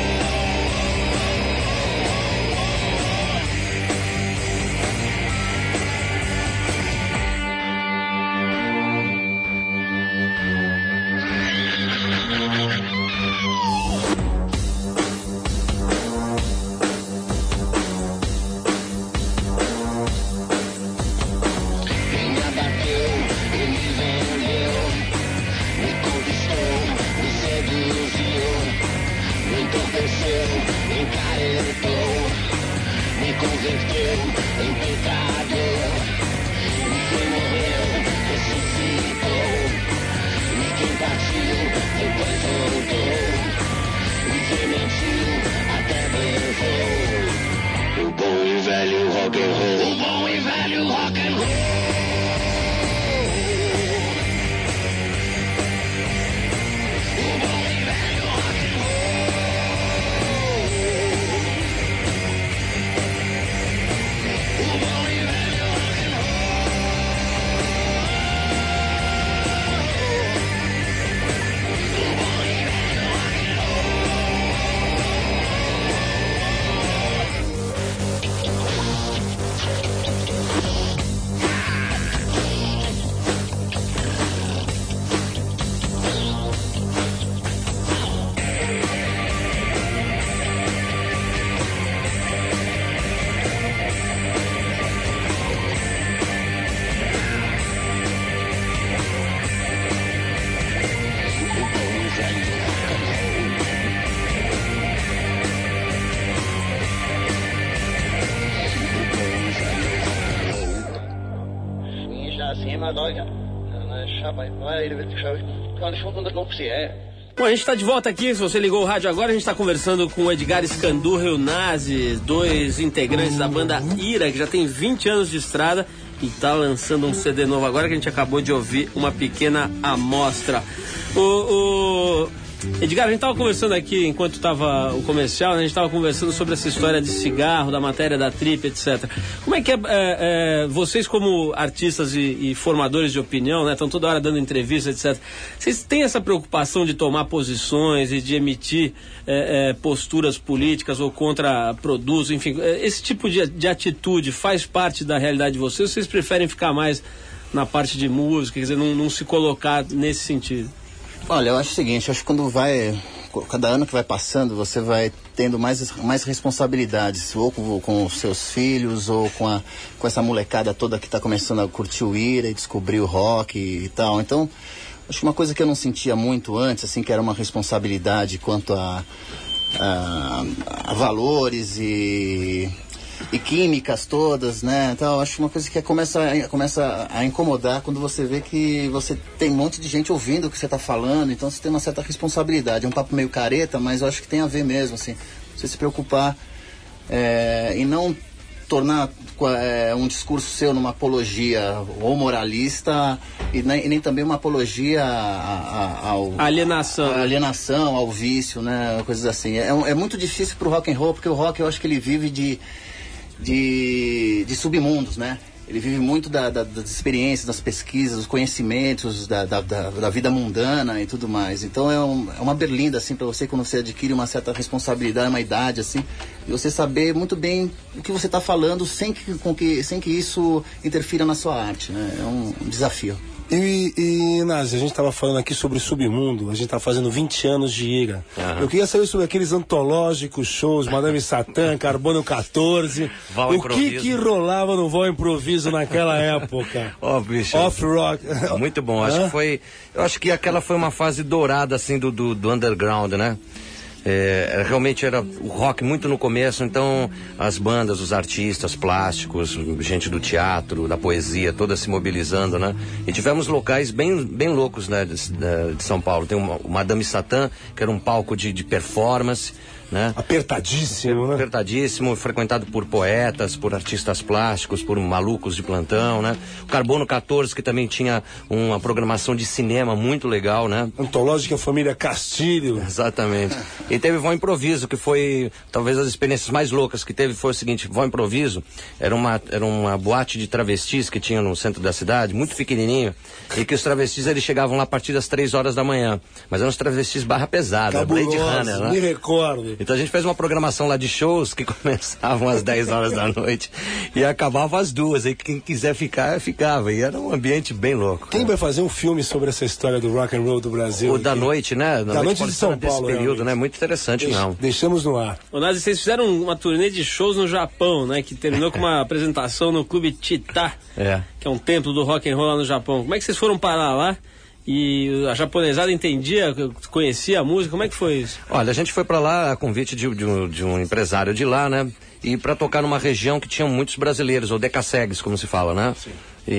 Bom, a gente está de volta aqui, se você ligou o rádio agora, a gente está conversando com o Edgar Scandurra e o Nazi, dois integrantes da banda Ira, que já tem vinte anos de estrada e está lançando um C D novo agora, que a gente acabou de ouvir uma pequena amostra. O... o... Edgar, a gente estava conversando aqui, enquanto estava o comercial, né, a gente estava conversando sobre essa história de cigarro, da matéria da Trip, etcétera. Como é que é, é, é vocês como artistas e, e formadores de opinião, né, estão toda hora dando entrevistas, etcétera. Vocês têm essa preocupação de tomar posições e de emitir é, é, posturas políticas ou contra produtos, enfim, esse tipo de, de atitude faz parte da realidade de vocês ou vocês preferem ficar mais na parte de música, quer dizer, não, não se colocar nesse sentido? Olha, eu acho o seguinte, eu acho que quando vai, cada ano que vai passando, você vai tendo mais, mais responsabilidades, ou com, com os seus filhos, ou com, a, com essa molecada toda que está começando a curtir o Ira e descobrir o rock e, e tal. Então, acho que uma coisa que eu não sentia muito antes, assim, que era uma responsabilidade quanto a, a, a valores e... e químicas todas, né, então acho uma coisa que começa, começa a incomodar quando você vê que você tem um monte de gente ouvindo o que você está falando, então você tem uma certa responsabilidade, é um papo meio careta, mas eu acho que tem a ver mesmo, assim, você se preocupar é, e não tornar é, um discurso seu numa apologia ou moralista e nem, e nem também uma apologia a, a, ao... alienação. A alienação, ao vício, né, coisas assim. É, é muito difícil pro rock and roll, porque o rock eu acho que ele vive de De, de submundos, né? Ele vive muito da, da, das experiências, das pesquisas, dos conhecimentos, da, da, da, da vida mundana e tudo mais. Então é, um, é uma berlinda, assim, para você, quando você adquire uma certa responsabilidade, uma idade, assim, e você saber muito bem o que você está falando sem que, com que, sem que isso interfira na sua arte, né? É um, um desafio. E, e Nazi, a gente estava falando aqui sobre o submundo, a gente está fazendo vinte anos de Ira. Uhum. Eu queria saber sobre aqueles antológicos shows, Madame Satã, Carbono quatorze, Val o improviso. que que rolava no Val Improviso naquela época? Ó, oh, bicho. Off-rock. Muito bom, acho que foi, eu acho que aquela foi uma fase dourada, assim, do, do, do underground, né? É, realmente era o rock muito no começo, então as bandas, os artistas plásticos, gente do teatro, da poesia, toda se mobilizando, né? E tivemos locais bem, bem loucos, né, de, de São Paulo. Tem o Madame Satã, que era um palco de, de performance, né? Apertadíssimo, né? Apertadíssimo, frequentado por poetas, por artistas plásticos, por malucos de plantão, né? O Carbono quatorze, que também tinha uma programação de cinema muito legal, né? Antológica Família Castilho. Exatamente. E teve Vó Improviso, que foi talvez as experiências mais loucas que teve, foi o seguinte: Vó Improviso era uma, era uma boate de travestis que tinha no centro da cidade, muito pequenininho, e que os travestis eles chegavam lá a partir das três horas da manhã, mas eram os travestis barra pesada, Blade Runner, né? Me recordo. Então a gente fez uma programação lá de shows que começavam às dez horas da noite e acabavam às duas. Aí quem quiser ficar, ficava. E era um ambiente bem louco. Quem vai fazer um filme sobre essa história do rock and roll do Brasil? O da noite, né? Da, da noite, noite de São Paulo, desse período, né? Muito interessante, Deix, não. Deixamos no ar. Ô, Nazi, vocês fizeram uma turnê de shows no Japão, né? Que terminou com uma apresentação no Clube Chita, é. que é um templo do rock and roll lá no Japão. Como é que vocês foram parar lá? E a japonesada entendia, conhecia a música, como é que foi isso? Olha, a gente foi pra lá a convite de, de, um, de um empresário de lá, né? E pra tocar numa região que tinha muitos brasileiros, ou decassegues, como se fala, né? Sim.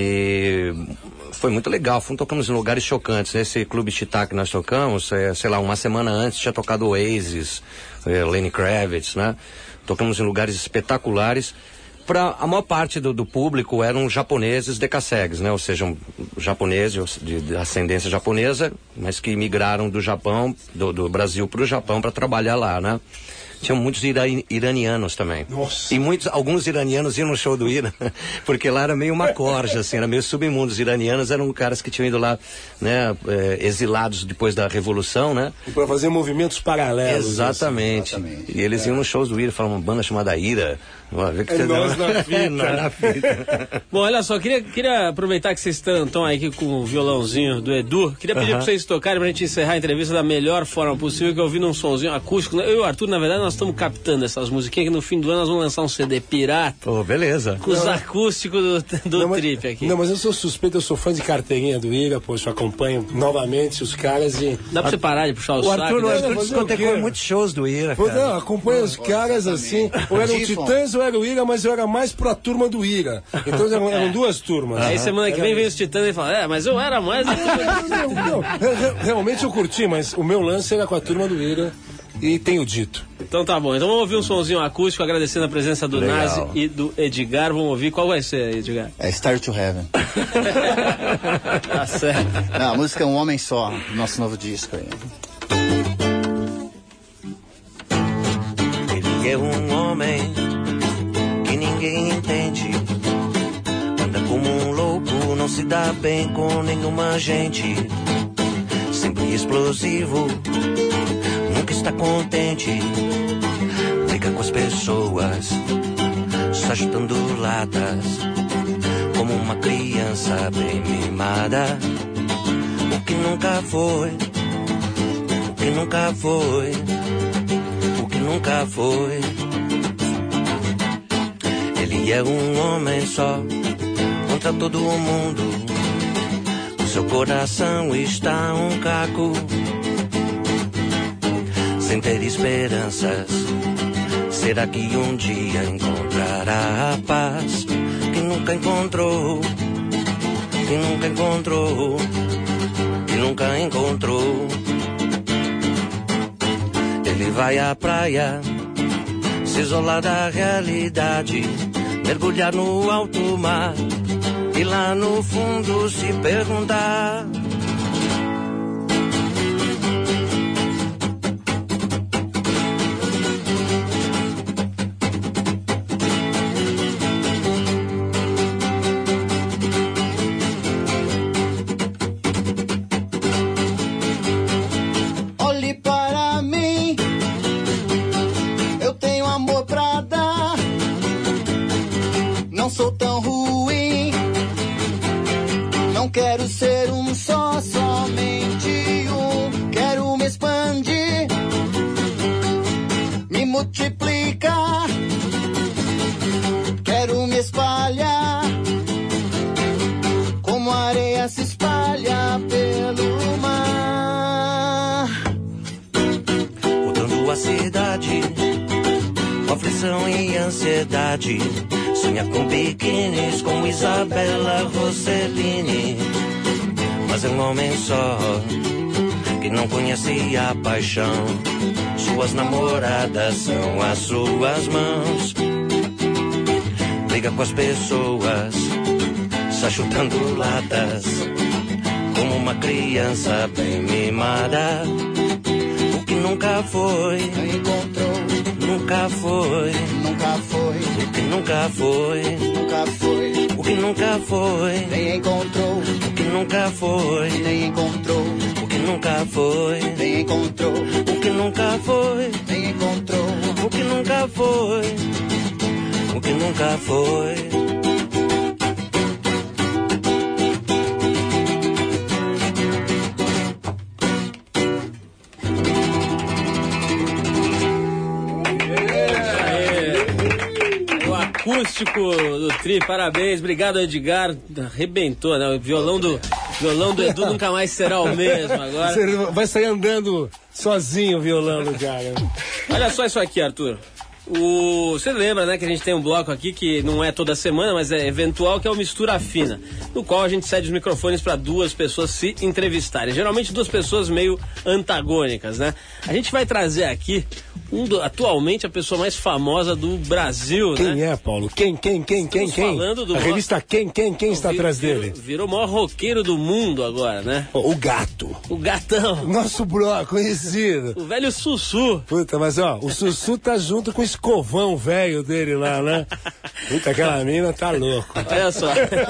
E foi muito legal, fomos tocamos em lugares chocantes. Nesse Clube Chita que nós tocamos, é, sei lá, uma semana antes tinha tocado Oasis, é, Lenny Kravitz, né? Tocamos em lugares espetaculares. Para a maior parte do, do público eram japoneses decassegues, né? Ou seja, um, japoneses de, de ascendência japonesa, mas que migraram do Japão, do, do Brasil para o Japão para trabalhar lá, né? Tinham muitos ira iranianos também. Nossa. E muitos, alguns iranianos iam no show do Ira, porque lá era meio uma corja, assim, era meio submundo. Os iranianos eram caras que tinham ido lá, né, é, exilados depois da Revolução, né? E para fazer movimentos paralelos. Exatamente. Exatamente. E eles é. iam nos shows do Ira, falavam uma banda chamada Ira. Ver que é nós na fita. na fita. Bom, olha só, queria, queria aproveitar que vocês estão aí aqui com o violãozinho do Edu. Queria pedir uh-huh. para vocês tocarem pra gente encerrar a entrevista da melhor forma possível, que eu ouvindo um sonzinho acústico. Eu e o Arthur, na verdade, nós nós estamos captando essas musiquinhas, que no fim do ano nós vamos lançar um C D pirata. Oh, beleza. Com os acústicos do, do não, mas, Trip aqui. Não, mas eu sou suspeito, eu sou fã de carteirinha do Ira, poxa, eu acompanho novamente os caras e... Dá pra você parar de puxar o, o saco? Arthur, né? o Arthur discotecou muitos shows do Ira, Pô, cara. não, acompanho os caras assim, ou era o Titãs ou era o Ira, mas eu era mais pra turma do Ira. Então eram, eram duas turmas. Aí semana que vem vem os Titãs e fala, é, mas eu era mais... Não, não, não, realmente eu curti, mas o meu lance era com a turma do Ira e tenho dito. Então tá bom, então vamos ouvir um sonzinho acústico, agradecendo a presença do Legal. Nazi e do Edgar. Vamos ouvir, qual vai ser, Edgar? É Star to Heaven. Tá certo. Não, a música é Um Homem Só, nosso novo disco aí. Ele é um homem que ninguém entende. Anda como um louco, não se dá bem com nenhuma gente. Sempre explosivo, nunca está contente. Briga com as pessoas, só chutando latas, como uma criança bem mimada. O que nunca foi, o que nunca foi, o que nunca foi. Ele é um homem só, contra todo o mundo. O seu coração está um caco, sem ter esperanças. Será que um dia encontrará a paz que nunca encontrou, que nunca encontrou, que nunca encontrou? Ele vai à praia, se isolar da realidade, mergulhar no alto mar e lá no fundo se perguntar: olhe para mim, eu tenho amor pra dar, não sou tão ruim, não quero ser um só, somente um, quero me expandir, me multiplicar, quero me espalhar, como a areia se espalha pelo mar. Mudando a cidade, aflição e ansiedade. Sonha com biquínis, com Isabela Rossellini. Mas é um homem só, que não conhece a paixão. Suas namoradas são as suas mãos. Briga com as pessoas, só chutando latas, como uma criança bem mimada. O que nunca foi, encontrou, nunca foi, nunca foi, o que nunca foi, nunca foi, o que nunca foi, nem encontrou, o que nunca foi, nem encontrou, o que nunca foi, nem encontrou, o que nunca foi, nem encontrou, o que nunca foi, o que nunca foi. Acústico do Tri, parabéns, obrigado Edgar, arrebentou, né? O violão do, violão do Edu nunca mais será o mesmo agora. Você vai sair andando sozinho o violão do cara. Olha só isso aqui, Arthur. O, você lembra, né, que a gente tem um bloco aqui que não é toda semana, mas é eventual, que é o Mistura Fina, no qual a gente cede os microfones para duas pessoas se entrevistarem. Geralmente duas pessoas meio antagônicas, né? A gente vai trazer aqui um do, atualmente a pessoa mais famosa do Brasil, quem né? é, Paulo? Quem, quem, quem, quem, Estamos quem? falando do a revista Quem, quem, quem está virou, atrás dele? Virou o maior roqueiro do mundo agora, né? Oh, o gato. O gatão. Nosso bloco conhecido. O velho Sussu. Puta, mas ó, o Sussu tá junto com o escovão velho dele lá, né? Puta, aquela mina tá louco. Olha só.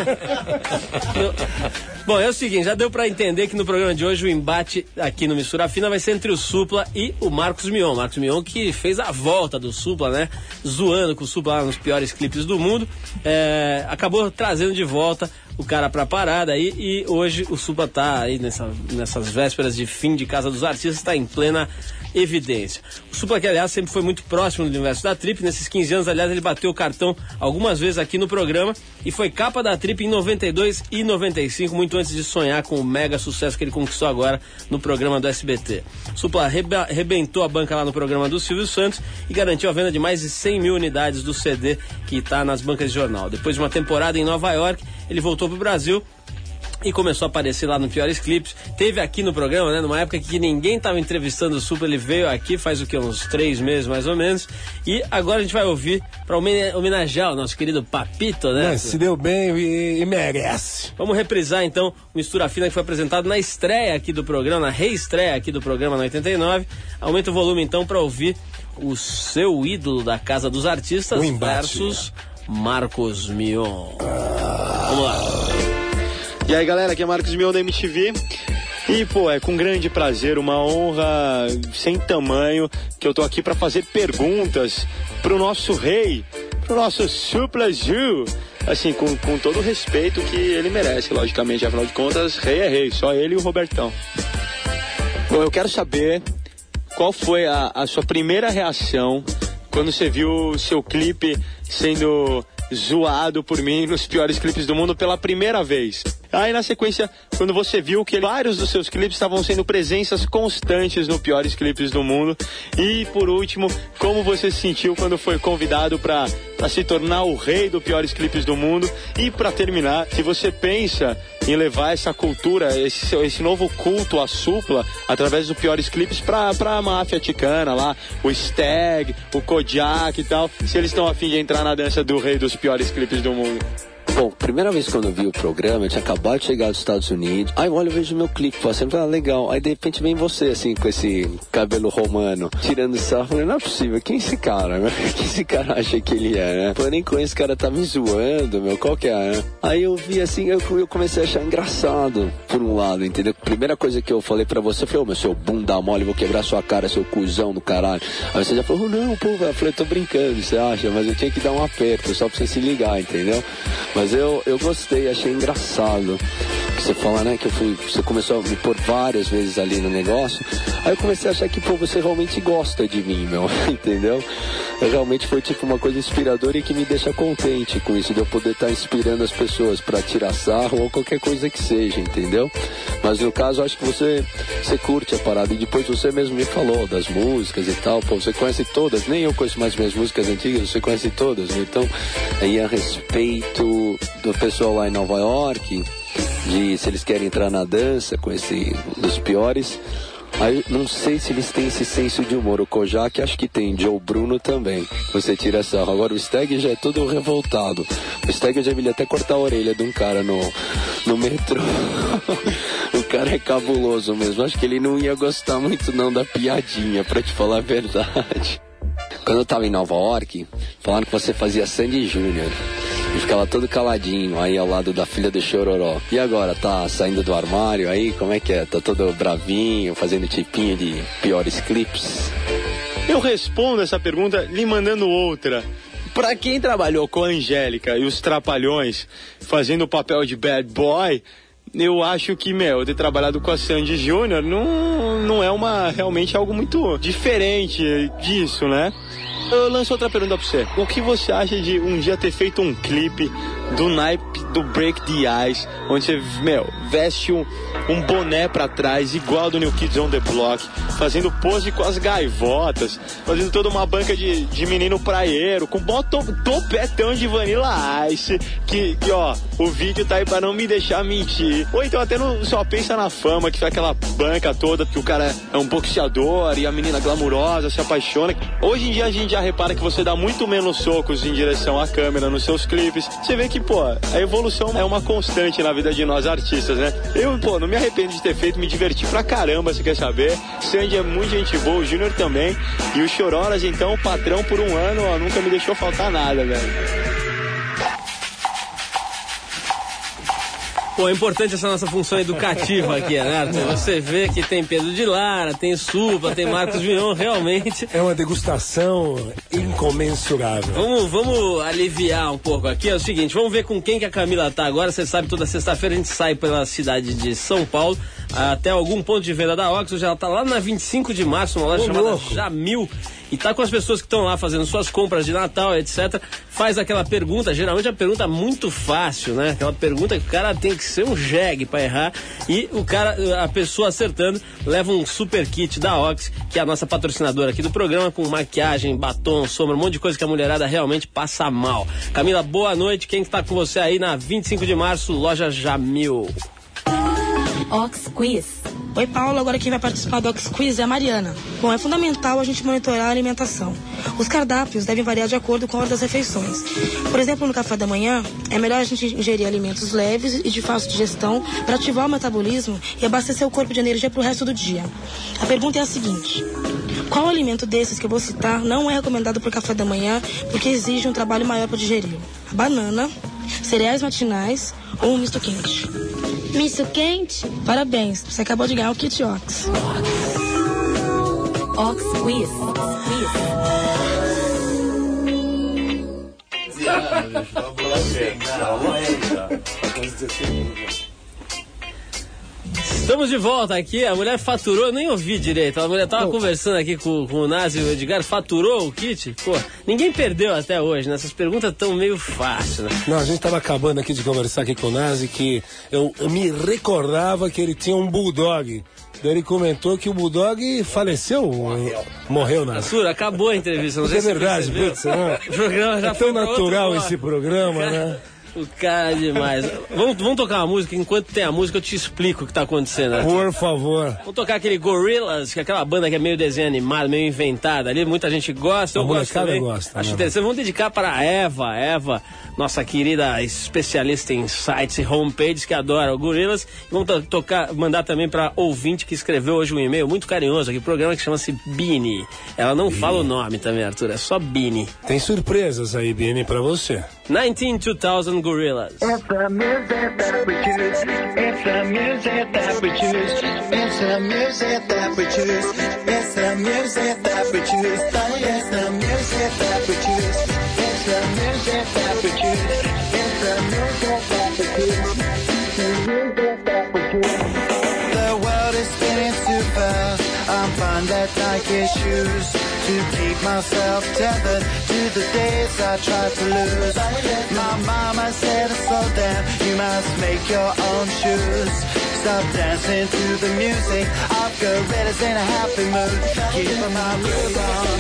Bom, é o seguinte, já deu pra entender que no programa de hoje o embate aqui no Mistura Fina vai ser entre o Supla e o Marcos Mion. Marcos Mion que fez a volta do Supla, né? Zoando com o Supla lá nos piores clipes do mundo. É, acabou trazendo de volta o cara pra parada aí, e hoje o Supla tá aí nessa, nessas vésperas de fim de Casa dos Artistas, tá em plena evidência. O Supla, que aliás sempre foi muito próximo do universo da Trip, nesses quinze anos, aliás, ele bateu o cartão algumas vezes aqui no programa e foi capa da Trip em noventa e dois e noventa e cinco, muito antes de sonhar com o mega sucesso que ele conquistou agora no programa do S B T. O Supla arreba- arrebentou a banca lá no programa do Silvio Santos e garantiu a venda de mais de cem mil unidades do C D que está nas bancas de jornal. Depois de uma temporada em Nova York, ele voltou pro Brasil e começou a aparecer lá no Piores Clipes. Teve aqui no programa, né? Numa época que ninguém estava entrevistando o Supla, ele veio aqui faz o que? Uns três meses mais ou menos. E agora a gente vai ouvir para homenagear o nosso querido Papito, né? Mas se deu bem e, e merece. Vamos reprisar então o Mistura Fina que foi apresentado na estreia aqui do programa, na reestreia aqui do programa na oitenta e nove. Aumenta o volume então para ouvir o seu ídolo da Casa dos Artistas versus Marcos Mion. Vamos lá. E aí galera, aqui é Marcos Mion da M T V. E pô, é com grande prazer, uma honra sem tamanho que eu tô aqui pra fazer perguntas pro nosso rei, pro nosso Supla Gil. Assim, com, com todo o respeito que ele merece, logicamente, afinal de contas, rei é rei, só ele e o Robertão. Bom, eu quero saber qual foi a, a sua primeira reação quando você viu o seu clipe sendo zoado por mim nos Piores Clipes do Mundo pela primeira vez. Aí na sequência, quando você viu que vários dos seus clipes estavam sendo presenças constantes no Piores Clipes do Mundo. E por último, como você se sentiu quando foi convidado para se tornar o rei do Piores Clipes do Mundo. E para terminar, se você pensa em levar essa cultura, esse, esse novo culto à Supla através do Piores Clipes pra, pra máfia ticana lá, o Stag, o Kojak e tal, se eles estão a fim de entrar na dança do rei dos Piores Clipes do Mundo. Bom, primeira vez quando eu vi o programa, eu tinha acabado de chegar dos Estados Unidos. Aí olha, eu vejo meu clipe, pô, sempre ah, legal. Aí de repente vem você, assim, com esse cabelo romano, tirando sarro. Falei, não é possível, quem é esse cara, né? Quem esse cara acha que ele é, né? Pô, eu nem conheço, esse cara tá me zoando, meu, qual que é, né? Aí eu vi assim, eu, eu comecei a achar engraçado, por um lado, entendeu? Primeira coisa que eu falei pra você foi, ô, meu, seu bunda mole, vou quebrar sua cara, seu cuzão do caralho. Aí você já falou, não, pô, velho, eu falei, tô brincando, você acha? Mas eu tinha que dar um aperto, só pra você se ligar, entendeu? Mas eu, eu gostei, achei engraçado. Que você fala, né, que eu fui, você começou a me pôr várias vezes ali no negócio. Aí eu comecei a achar que, pô, você realmente gosta de mim, meu, entendeu? Eu realmente foi tipo uma coisa inspiradora e que me deixa contente com isso, de eu poder estar inspirando as pessoas pra tirar sarro ou qualquer coisa que seja, entendeu? Mas no caso, acho que você, você curte a parada. E depois você mesmo me falou das músicas e tal, pô, você conhece todas, nem eu conheço mais minhas músicas antigas, você conhece todas, né? Então, aí a respeito do pessoal lá em Nova York, de se eles querem entrar na dança com esse dos Piores, aí não sei se eles têm esse senso de humor. O Kojak acho que tem, Joe Bruno também, você tira sarro. Agora o Stag já é todo revoltado. O Stag eu já vi ele até cortar a orelha de um cara no, no metrô. O cara é cabuloso mesmo, acho que ele não ia gostar muito não da piadinha, pra te falar a verdade. Quando eu tava em Nova York, falaram que você fazia Sandy Júnior e ficava todo caladinho aí ao lado da filha do Chororó. E agora, tá saindo do armário aí? Como é que é? Tá todo bravinho, fazendo tipinho de Piores Clipes? Eu respondo essa pergunta lhe mandando outra. Pra quem trabalhou com a Angélica e os Trapalhões, fazendo o papel de bad boy, eu acho que, meu, ter trabalhado com a Sandy Júnior não, não é uma, realmente algo muito diferente disso, né? Eu lanço outra pergunta pra você. O que você acha de um dia ter feito um clipe do naipe do Break the Ice, onde você, meu, veste um, um boné pra trás, igual do New Kids on the Block, fazendo pose com as gaivotas, fazendo toda uma banca de, de menino praieiro, com bom to, topetão de Vanilla Ice, que, que, ó, o vídeo tá aí pra não me deixar mentir. Ou então até no Só Pensa na Fama, que foi aquela banca toda, que o cara é um boxeador e a menina glamurosa se apaixona. Hoje em dia a gente já repara que você dá muito menos socos em direção à câmera nos seus clipes. Você vê que, pô, a evolução é uma constante na vida de nós artistas, né? Eu, pô, não me arrependo de ter feito, me diverti pra caramba, você quer saber? Sandy é muito gente boa, o Júnior também. E o Chororas, então, o patrão por um ano, ó, nunca me deixou faltar nada, velho. Pô, é importante essa nossa função educativa aqui, né, Arthur? Você vê que tem Pedro de Lara, tem Supla, tem Marcos Mion, realmente. É uma degustação incomensurável. Vamos, vamos aliviar um pouco aqui. É o seguinte, vamos ver com quem que a Camila tá agora. Você sabe, toda sexta-feira a gente sai pela cidade de São Paulo até algum ponto de venda da Ox. Hoje ela tá lá na vinte e cinco de março, uma loja Ô, chamada louco. Jamil. E tá com as pessoas que estão lá fazendo suas compras de Natal, etcétera. Faz aquela pergunta, geralmente é uma pergunta muito fácil, né? Aquela pergunta que o cara tem que ser um jegue pra errar. E o cara, a pessoa acertando, leva um super kit da Ox, que é a nossa patrocinadora aqui do programa, com maquiagem, batom, sombra, um monte de coisa que a mulherada realmente passa mal. Camila, boa noite. Quem que tá com você aí na vinte e cinco de março, loja Jamil? Ox Quiz. Oi, Paulo. Agora quem vai participar do Ox Quiz é a Mariana. Bom, é fundamental a gente monitorar a alimentação. Os cardápios devem variar de acordo com a hora das refeições. Por exemplo, no café da manhã, é melhor a gente ingerir alimentos leves e de fácil digestão para ativar o metabolismo e abastecer o corpo de energia para o resto do dia. A pergunta é a seguinte: qual alimento desses que eu vou citar não é recomendado para o café da manhã porque exige um trabalho maior para digerir? A banana, cereais matinais ou um misto quente? Misto quente? Parabéns, você acabou de ganhar o kit Ox. Ox Quiz. Estamos de volta aqui, a mulher faturou, eu nem ouvi direito, a mulher tava conversando aqui com, com o Nazi e o Edgar, faturou o kit? Pô, ninguém perdeu até hoje, né? Essas perguntas estão meio fáceis, né? Não, a gente tava acabando aqui de conversar aqui com o Nazi, que eu, eu me recordava que ele tinha um bulldog. Daí ele comentou que o bulldog faleceu, morreu, morreu Nazi. Assura, acabou a entrevista, não sei É se você verdade, percebeu. putz, né? O programa já é foi tão pra natural outro esse programa, cara, né? O cara é demais. Vamos, vamos tocar uma música, enquanto tem a música eu te explico o que tá acontecendo, né? Por favor. Vamos tocar aquele Gorillaz, que é aquela banda que é meio desenho animado, meio inventada ali, muita gente gosta, eu A gosto molecada também. gosta, Acho né? interessante. Vamos dedicar para a Eva, Eva, nossa querida especialista em sites e homepages, que adora o Gorillaz. Vamos to- tocar, mandar também para ouvinte que escreveu hoje um e-mail muito carinhoso aqui, programa que chama-se Bini. Ela não Bini. fala o nome também, Arthur, é só Bini. Tem surpresas aí, Bini, pra você. nineteen two thousand Gorillaz. It's the music that we choose. It's the music that we choose. It's the music that we choose. It's the music that we choose. It's the music that we choose. It's the music that we choose. It's the music that we choose. The music that we choose. The world is spinning too fast. I'm fine that Nike shoes to keep myself tethered to the days I tried to lose. My mama said, slow down, you must make your own shoes. Stop dancing to the music of gorillas in a happy mood. Keep my groove on.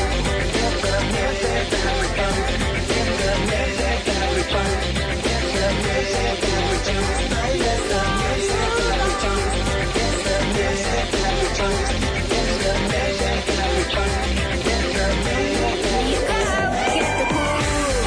It's the music that we choose. It's the music that we choose. It's the music that we choose. It's the music that we choose. It's the music that we choose. It's the music that we choose. It's the music that we choose. Get the cool,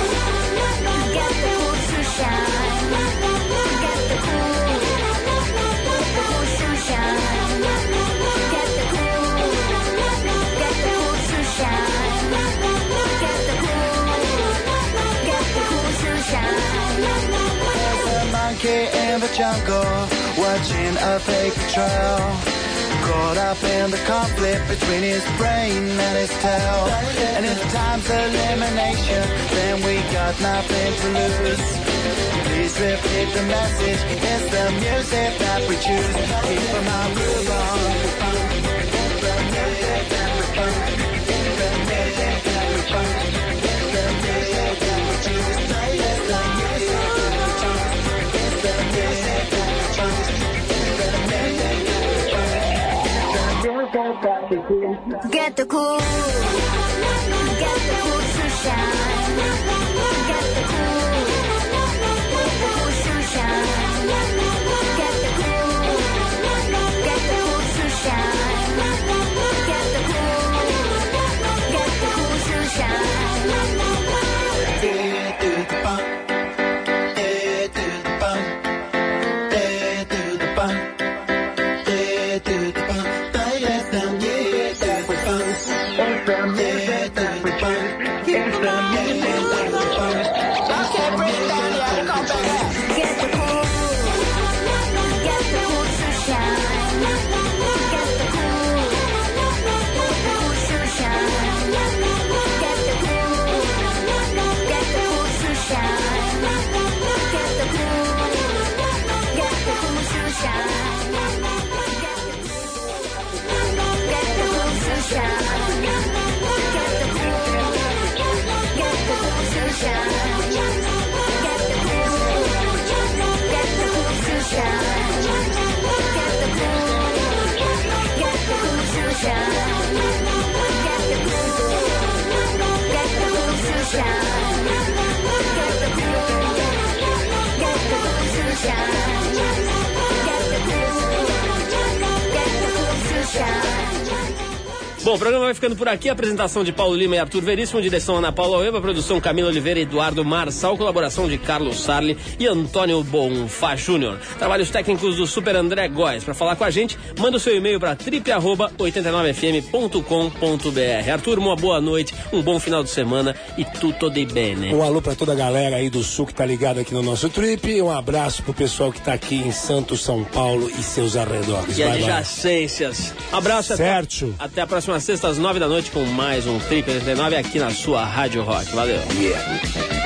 get the cool to shine. Get the cool, get the cool to shine. Get the cool, get the cool to shine. Get the cool, get the cool to shine. There's a monkey in the jungle watching a paper trail. Caught up in the conflict between his brain and his tail. And if time's elimination, then we got nothing to lose. Please repeat the message. It's the music that we choose. Keep my groove on. It's the music that we choose. It's the music that we choose. It's the music that we choose. It's the music that we choose. It's the music that we choose. It's the music that we choose. Get the cool, get the cool to shine. Get the cool, get the cool to shine. Get the cool, get the cool to shine. Get the cool, get the cool to shine. Day to the bump, day to the bump, day to the bump, day to the bump. It's the music that we choose. It's Bom, o programa vai ficando por aqui. Apresentação de Paulo Lima e Arthur Veríssimo, direção Ana Paula Oeba, produção Camila Oliveira e Eduardo Marçal, colaboração de Carlos Sarli e Antônio Bonfá Júnior. Trabalhos técnicos do Super André Góes. Para falar com a gente, manda o seu e-mail para trip arroba oitenta e nove f m ponto com ponto b r. Arthur, uma boa noite, um bom final de semana e tutto de bene. Um alô para toda a galera aí do Sul que tá ligado aqui no nosso trip. Um abraço pro pessoal que tá aqui em Santos, São Paulo e seus arredores. E adjacências. Abraço. Certo. Até, até a próxima sexta às nove da noite com mais um Trip oitenta e nove aqui na sua Rádio Rock. Valeu. Yeah.